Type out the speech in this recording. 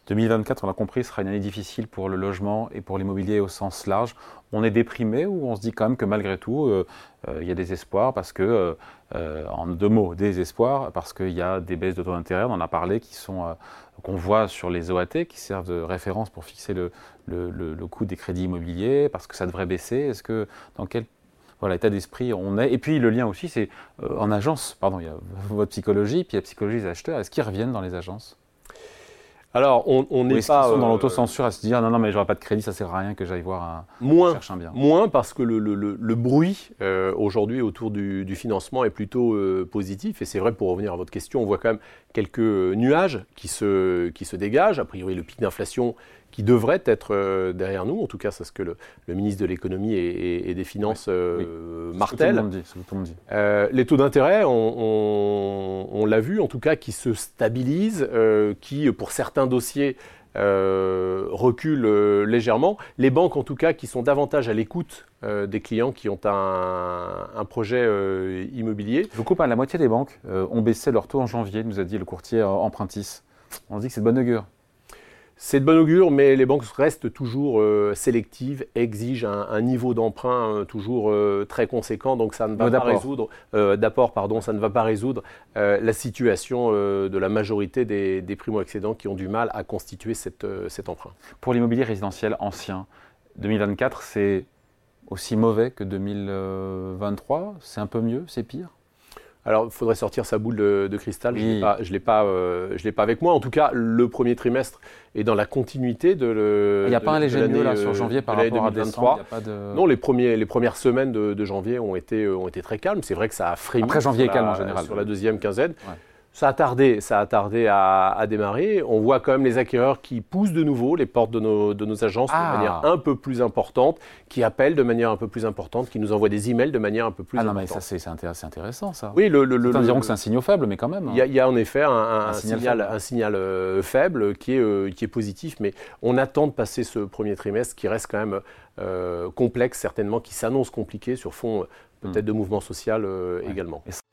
2024, on l'a compris, sera une année difficile pour le logement et pour l'immobilier au sens large. On est déprimé ou on se dit quand même que malgré tout, il y a des espoirs parce que, en deux mots, des espoirs parce qu'il y a des baisses de taux d'intérêt, on en a parlé, qu'on voit sur les OAT, qui servent de référence pour fixer le coût des crédits immobiliers, parce que ça devrait baisser. Est-ce que, dans quel état d'esprit on est? Et puis le lien aussi, c'est en agence, pardon, il y a votre psychologie, puis la psychologie des acheteurs. Est-ce qu'ils reviennent dans les agences? Alors, on n'est pas... Ils sont dans l'autocensure à se dire non, mais j'aurai pas de crédit, ça sert à rien que j'aille voir cherche un bien. Moins parce que le bruit aujourd'hui autour du financement est plutôt positif. Et c'est vrai, pour revenir à votre question, on voit quand même quelques nuages qui se dégagent. A priori, le pic d'inflation qui devrait être derrière nous. En tout cas, c'est ce que le ministre de l'économie et des finances martèle. C'est ce que tout le monde dit. Les taux d'intérêt, on l'a vu, en tout cas, qui se stabilisent, qui, pour certains dossiers, reculent légèrement. Les banques, en tout cas, qui sont davantage à l'écoute des clients qui ont un projet immobilier. Je vous coupe, la moitié des banques ont baissé leur taux en janvier, nous a dit le courtier Empruntis. On se dit que c'est de bonne augure. C'est de bon augure, mais les banques restent toujours sélectives, exigent un niveau d'emprunt toujours très conséquent, donc ça ne va pas résoudre ça ne va pas résoudre la situation de la majorité des primo-accédants qui ont du mal à constituer cet emprunt. Pour l'immobilier résidentiel ancien, 2024, c'est aussi mauvais que 2023? C'est un peu mieux? C'est pire? Alors, il faudrait sortir sa boule de cristal. Oui. Je l'ai pas avec moi. En tout cas, le premier trimestre est dans la continuité de. Il n'y a pas un léger mieux là sur janvier par rapport à décembre. Non, les premières semaines de janvier ont été très calmes. C'est vrai que ça a frémi. Après janvier est calme en général. Sur la deuxième quinzaine. Ouais. Ça a tardé à démarrer. On voit quand même les acquéreurs qui poussent de nouveau les portes de nos agences de manière un peu plus importante, qui appellent de manière un peu plus importante, qui nous envoient des emails de manière un peu plus importante. Non, mais ça c'est intéressant ça. Oui, certains diront que c'est un signal faible, mais quand même. Il y a en effet un signal faible qui est positif, mais on attend de passer ce premier trimestre qui reste quand même complexe, certainement, qui s'annonce compliqué sur fond peut-être de mouvement social également.